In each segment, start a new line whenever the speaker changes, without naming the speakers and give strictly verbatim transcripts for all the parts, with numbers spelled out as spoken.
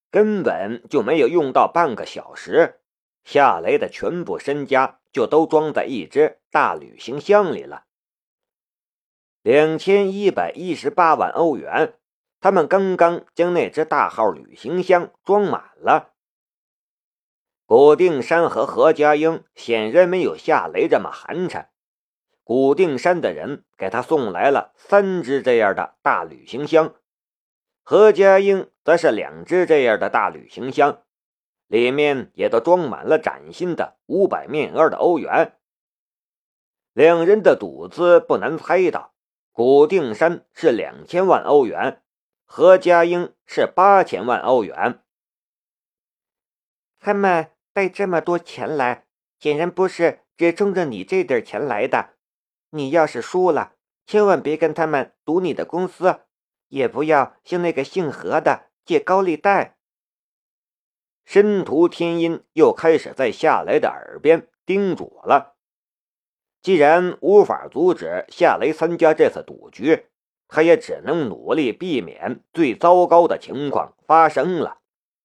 根本就没有用到半个小时，夏雷的全部身家就都装在一只大旅行箱里了。两千一百一十八万欧元，他们刚刚将那只大号旅行箱装满了。古定山和何家英显然没有夏雷这么寒碜，古定山的人给他送来了三只这样的大旅行箱，何家英则是两只这样的大旅行箱，里面也都装满了崭新的五百面额的欧元。两人的赌资不难猜到，古定山是两千万欧元，何家英是八千万欧元。
他们带这么多钱来，显然不是只冲着你这点钱来的。你要是输了，千万别跟他们赌你的公司，也不要向那个姓何的借高利贷。
申屠天音又开始在夏雷的耳边叮嘱了。既然无法阻止夏雷参加这次赌局，他也只能努力避免最糟糕的情况发生了。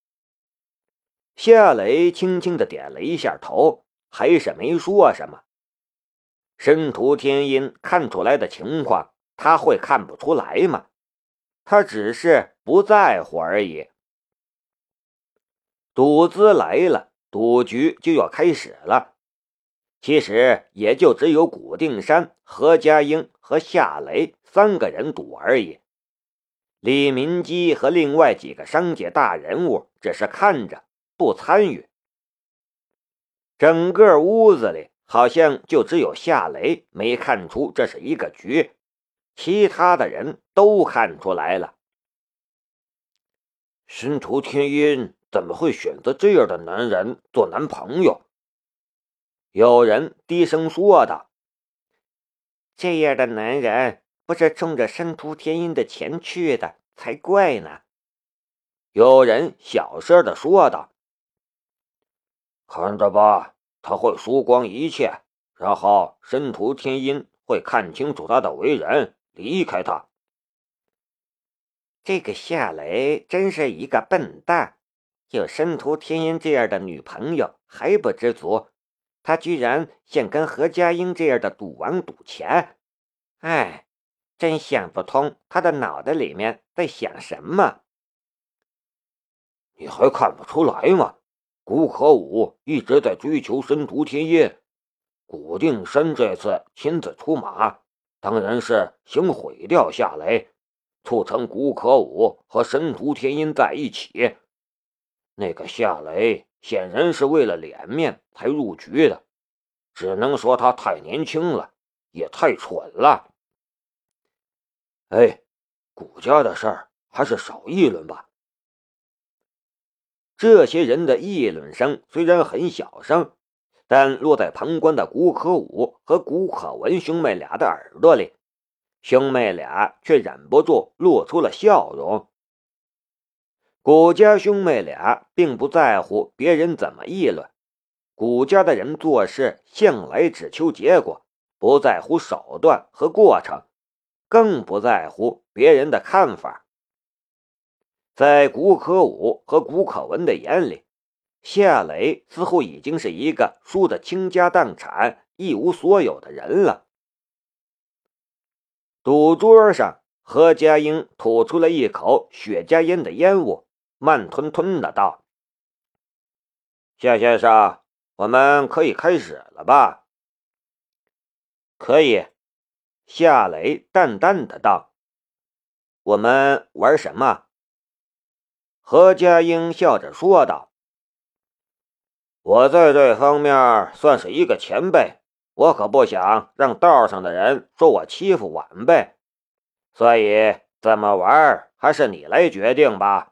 夏雷轻轻地点了一下头，还是没说什么。申屠天音看出来的情况，他会看不出来吗？他只是不在乎而已。赌资来了，赌局就要开始了。其实也就只有古定山、何家英和夏雷三个人赌而已。李民基和另外几个商界大人物只是看着不参与。整个屋子里好像就只有夏雷没看出这是一个局，其他的人都看出来了。
申屠天音怎么会选择这样的男人做男朋友？
有人低声说道。
这样的男人不是冲着申屠天音的钱去的才怪呢。
有人小声地说道。
看着吧，他会输光一切，然后申屠天音会看清楚他的为人，离开他。
这个夏雷真是一个笨蛋，有申屠天音这样的女朋友还不知足，他居然想跟何家英这样的赌王赌钱。哎，真想不通他的脑袋里面在想什么。
你还看不出来吗？古可武一直在追求申屠天音，古定山这次亲自出马，当然是想毁掉夏雷，促成古可武和申屠天音在一起。那个夏雷显然是为了脸面才入局的，只能说他太年轻了，也太蠢了。哎，古家的事儿还是少议论吧。
这些人的议论声虽然很小声，但落在旁观的古可武和古可文兄妹俩的耳朵里，兄妹俩却忍不住露出了笑容。古家兄妹俩并不在乎别人怎么议论，古家的人做事向来只求结果，不在乎手段和过程，更不在乎别人的看法。在古可武和古可文的眼里，夏雷似乎已经是一个输得倾家荡产、一无所有的人了。赌桌上，何家英吐出了一口雪茄烟的烟雾，慢吞吞的道：“
夏先生，我们可以开始了吧？”“
可以。”夏雷淡淡的道。“我们玩什么？”何家英笑着说道：“
我在这方面算是一个前辈，我可不想让道上的人说我欺负晚辈，所以怎么玩还是你来决定吧。”“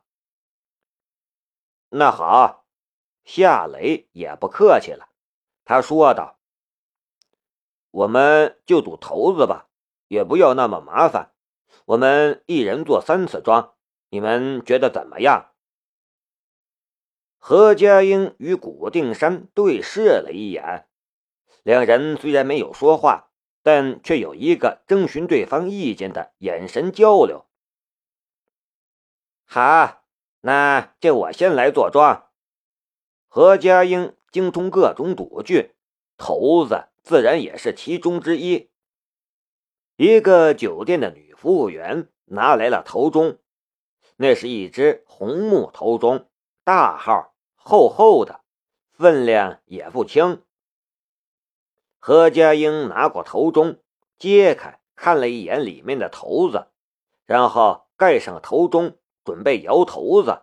那好。”夏雷也不客气了，他说道：“我们就赌骰子吧，也不要那么麻烦，我们一人做三次庄，你们觉得怎么样？”何家英与古定山对视了一眼，两人虽然没有说话，但却有一个征询对方意见的眼神交流。“好，
那就我先来坐庄。何家英精通各种赌具，骰子自然也是其中之一。一个酒店的女服务员拿来了骰盅，那是一只红木骰盅，大号，厚厚的，分量也不轻。何家英拿过骰盅，揭开看了一眼里面的骰子，然后盖上骰盅，准备摇骰子。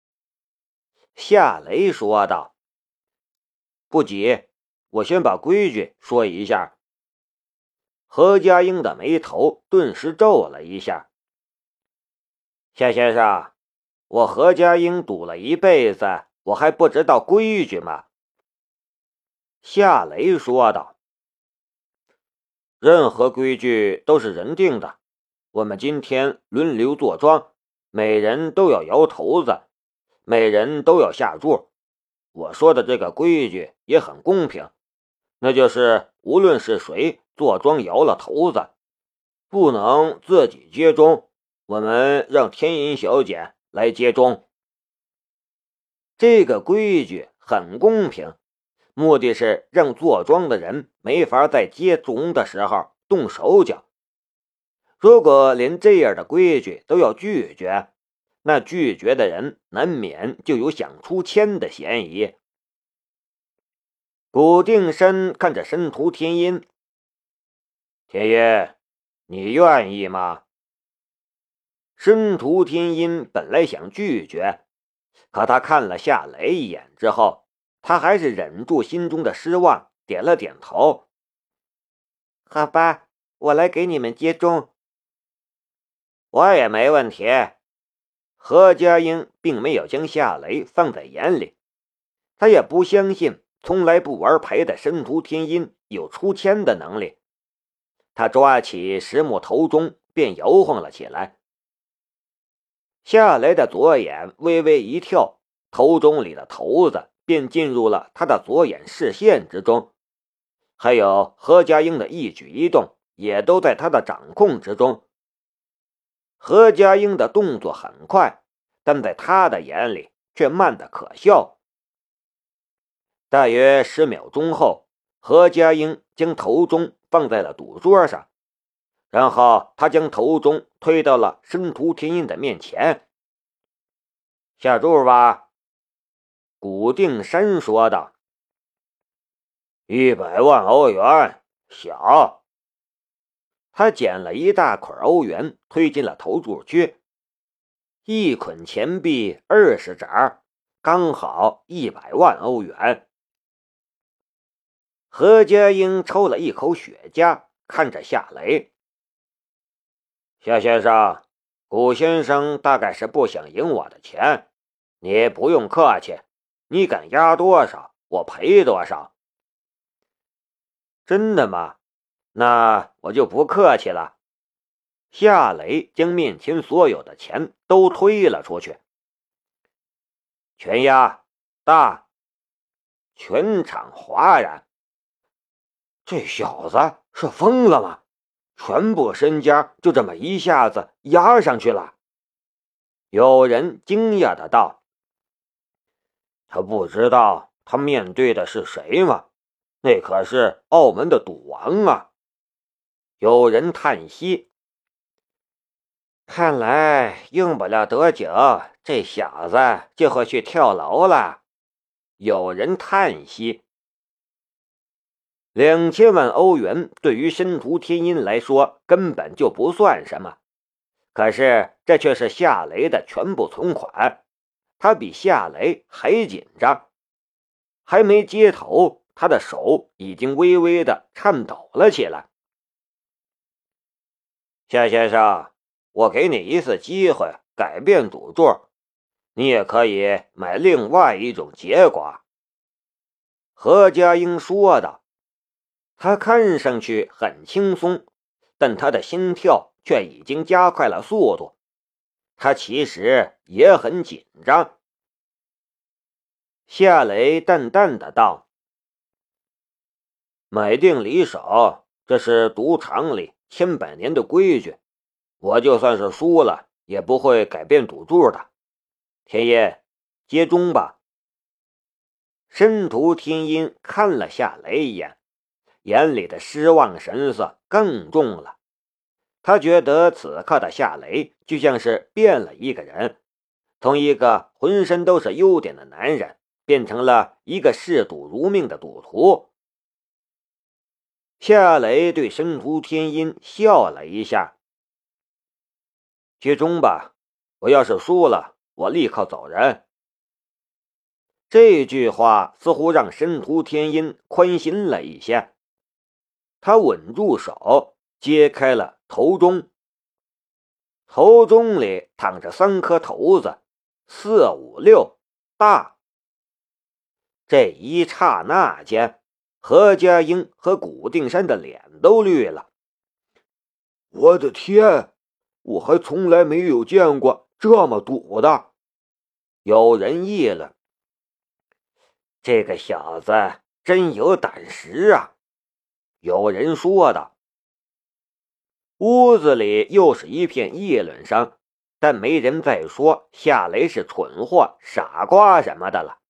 夏雷说道：“不急，我先把规矩说一下。”何家英的眉头顿时皱了一下。夏先生，我何家英赌了一辈子，我还不知道规矩吗？夏雷说道：“任何规矩都是人定的。我们今天轮流坐庄，每人都要摇骰子，每人都要下注。我说的这个规矩也很公平，那就是无论是谁坐庄摇了骰子，不能自己接中，我们让天银小姐来接中。这个规矩很公平，目的是让坐庄的人没法在接中的时候动手脚。如果连这样的规矩都要拒绝，那拒绝的人难免就有想出千的嫌疑。”古定山看着申屠天音：“天音，你愿意吗？”申屠天音本来想拒绝，可他看了夏雷一眼之后，他还是忍住心中的失望，点了点头：“好吧，我来给你们接中。”“我也没问题。”何家英并没有将夏雷放在眼里，他也不相信从来不玩牌的申屠天音有出千的能力。他抓起实木骰盅便摇晃了起来。夏雷的左眼微微一跳，骰盅里的骰子便进入了他的左眼视线之中，还有何家英的一举一动也都在他的掌控之中。何家英的动作很快，但在他的眼里却慢得可笑。大约十秒钟后，何家英将骰盅放在了赌桌上，然后他将骰盅推到了申屠天音的面前。“下注吧。”古定山说道。“一百万欧元，小。”他捡了一大捆欧元推进了投注区，一捆钱币二十张，刚好一百万欧元。何家英抽了一口雪茄，看着夏雷：“夏先生，古先生大概是不想赢我的钱，你不用客气，你敢压多少，我赔多少。”“真的吗？那我就不客气了。”夏雷将面前所有的钱都推了出去。“全压大！”全场哗然。这小子是疯了吗？全部身家就这么一下子压上去了。有人惊讶的道：“他不知道他面对的是谁吗？那可是澳门的赌王啊！”有人叹息：“看来用不了多久，这小子就会去跳楼了。”有人叹息。两千万欧元对于申屠天音来说根本就不算什么，可是这却是夏雷的全部存款，他比夏雷还紧张。还没接头，他的手已经微微的颤抖了起来。“夏先生，我给你一次机会改变赌注，你也可以买另外一种结果。”何家英说道。他看上去很轻松，但他的心跳却已经加快了速度。他其实也很紧张。夏雷淡淡的道：“买定离手，这是赌场里千百年的规矩，我就算是输了也不会改变赌注的。
天音，接中吧。申屠天音看了夏雷一眼，眼里的失望神色更重了。他觉得此刻的夏雷就像是变了一个人，从一个浑身都是优点的男人变成了一个视赌如命的赌徒。夏雷对申屠天音笑了一下：“接中吧，我要是输了，我立刻走人。”这句话似乎让申屠天音宽心了一些，他稳住手，揭开了头中。头中里躺着三颗骰子，四五六大。这一刹那间，何家英和古定山的脸都绿了。
我的天，我还从来没有见过这么赌的。
有人议论：“这个小子真有胆识啊！”有人说道。屋子里又是一片议论声，但没人再说夏雷是蠢货、傻瓜什么的了。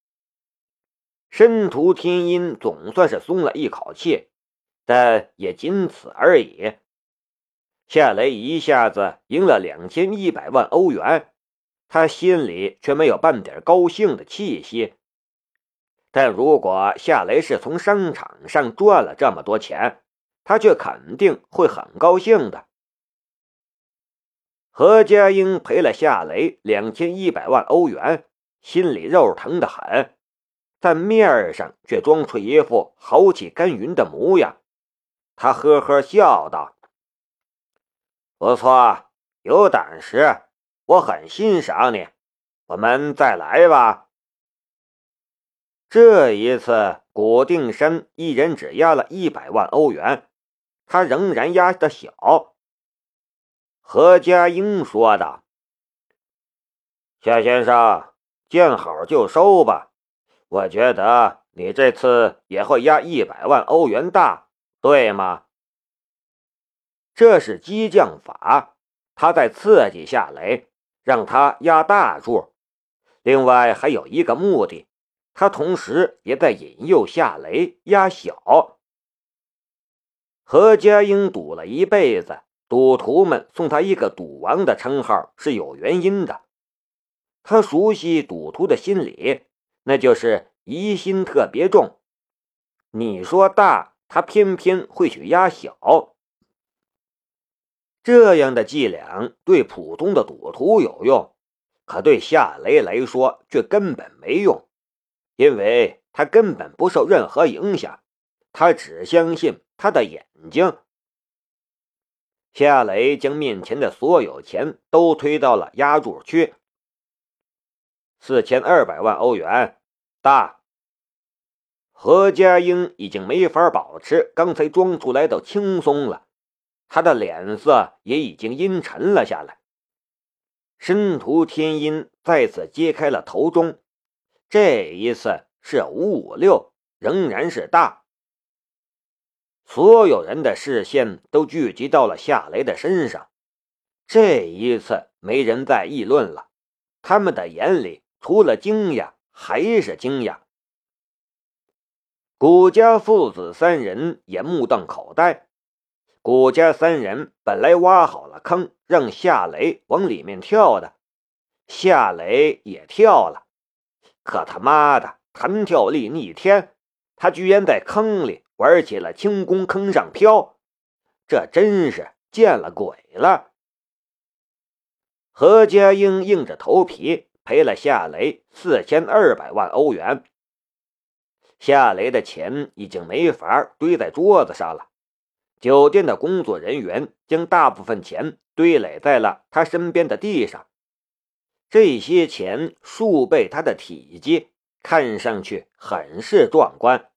申屠天音总算是松了一口气，但也仅此而已。夏雷一下子赢了两千一百万欧元，他心里却没有半点高兴的气息。但如果夏雷是从商场上赚了这么多钱，他却肯定会很高兴的。何家英赔了夏雷两千一百万欧元，心里肉疼得很，但面上却装出一副豪气干云的模样。他呵呵笑道：“不错，有胆识，我很欣赏你，我们再来吧。”这一次，古定山一人只押了一百万欧元，他仍然压得小。何家英说道：“夏先生，见好就收吧。我觉得你这次也会押一百万欧元大，对吗？”这是激将法，他在刺激夏雷，让他压大注。另外还有一个目的，他同时也在引诱夏雷压小。何家英赌了一辈子，赌徒们送他一个赌王的称号是有原因的。他熟悉赌徒的心理，那就是疑心特别重。你说大，他偏偏会去压小。这样的伎俩对普通的赌徒有用，可对夏雷来说却根本没用，因为他根本不受任何影响，他只相信他的眼睛。夏雷将面前的所有钱都推到了押注区。四千二百万欧元，大。何家英已经没法保持刚才装出来的轻松了，他的脸色也已经阴沉了下来。申屠天音再次揭开了头中，这一次是五五六，仍然是大。所有人的视线都聚集到了夏雷的身上，这一次没人再议论了，他们的眼里除了惊讶还是惊讶。古家父子三人也目瞪口呆。古家三人本来挖好了坑让夏雷往里面跳的，夏雷也跳了，可他妈的弹跳力逆天，他居然在坑里玩起了轻功坑上飘，这真是见了鬼了。何家英硬着头皮赔了夏雷四千二百万欧元。夏雷的钱已经没法堆在桌子上了，酒店的工作人员将大部分钱堆垒在了他身边的地上，这些钱数倍他的体积，看上去很是壮观。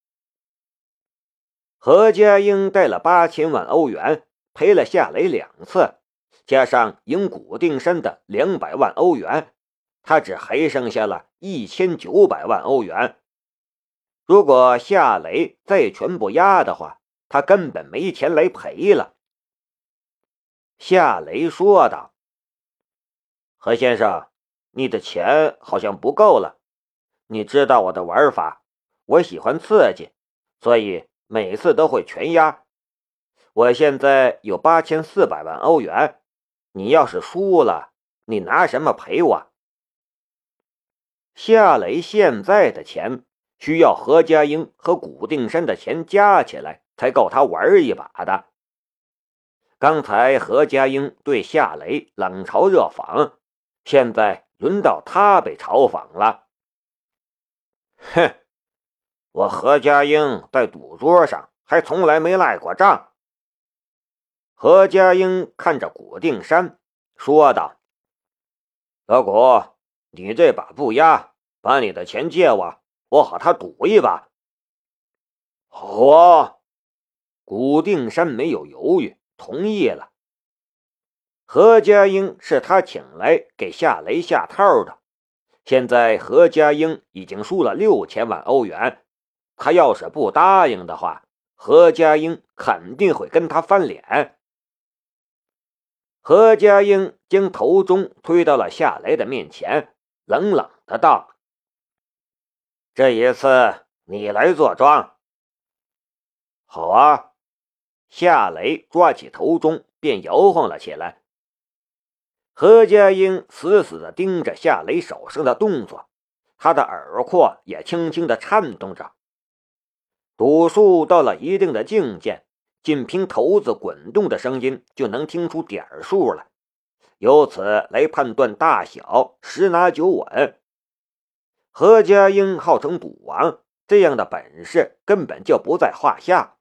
何家英带了八千万欧元，赔了夏雷两次，加上赢古定山的两百万欧元，他只还剩下了一千九百万欧元。如果夏雷再全部押的话，他根本没钱来赔了。夏雷说道：“何先生，
你的钱好像不够了。你知道我的玩法，我喜欢刺激，所以每次都会全押。我现在有八千四百万欧元，你要是输了，你拿什么赔我？”夏雷现在的钱需要何家英和古定山的钱加起来才够他玩一把的。刚才何家英对夏雷冷嘲热讽，现在轮到他被嘲讽了。哼，我何家英在赌桌上还从来没赖过账。何家英看着古定山说道：“老古，你这把不押，把你的钱借我，我和他赌一把。”好啊，古定山没有犹豫，同意了。何家英是他请来给夏雷下套的，现在何家英已经输了六千万欧元，他要是不答应的话，何家英肯定会跟他翻脸。何家英将头中推到了夏雷的面前，冷冷的道：“这一次你来坐庄。”好啊，夏雷抓起头中便摇晃了起来。何家英死死地盯着夏雷手上的动作，他的耳廓也轻轻地颤动着。赌术到了一定的境界，仅凭骰子滚动的声音就能听出点数了，由此来判断大小，十拿九稳。何家英号称赌王，这样的本事根本就不在话下。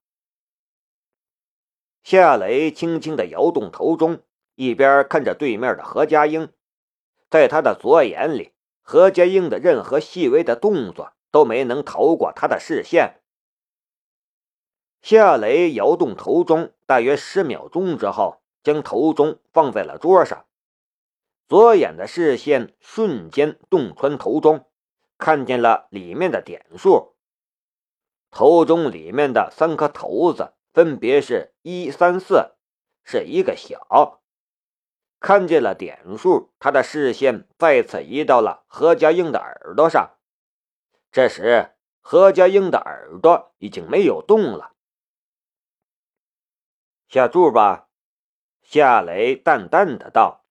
夏雷轻轻地摇动头中，一边看着对面的何家英，在他的左眼里，何家英的任何细微的动作都没能逃过他的视线。夏雷摇动头中大约十秒钟之后，将头中放在了桌上，左眼的视线瞬间洞穿头中，看见了里面的点数。头中里面的三颗骰子分别是一、三、四，是一个小。看见了点数，他的视线再次移到了何家英的耳朵上。这时，何家英的耳朵已经没有动了。下注吧，夏雷淡淡的道。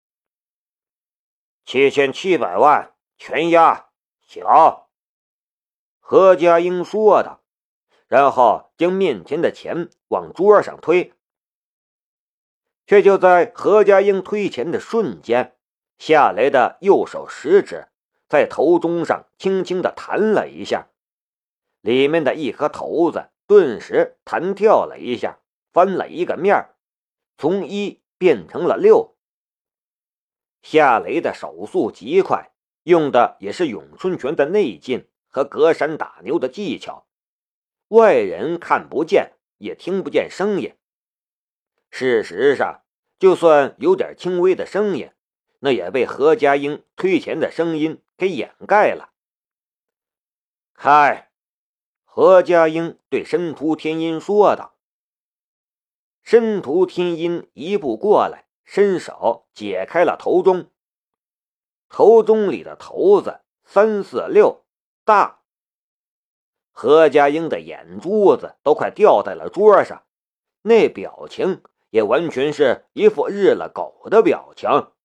七千七百万，全押，小。何家英说道，然后将面前的钱往桌上推。却就在何家英推钱的瞬间，夏雷的右手食指在头中上轻轻地弹了一下，里面的一颗骰子顿时弹跳了一下，翻了一个面，从一变成了六。夏雷的手速极快，用的也是咏春拳的内劲和隔山打牛的技巧，外人看不见也听不见声音。事实上，就算有点轻微的声音，那也被何家英推钱的声音给掩盖了。开！何家英对申屠天音说道。申屠天音一步过来，伸手解开了头中。头中里的骰子三四六大。何家英的眼珠子都快掉在了桌上，那表情也完全是一副日了狗的表情。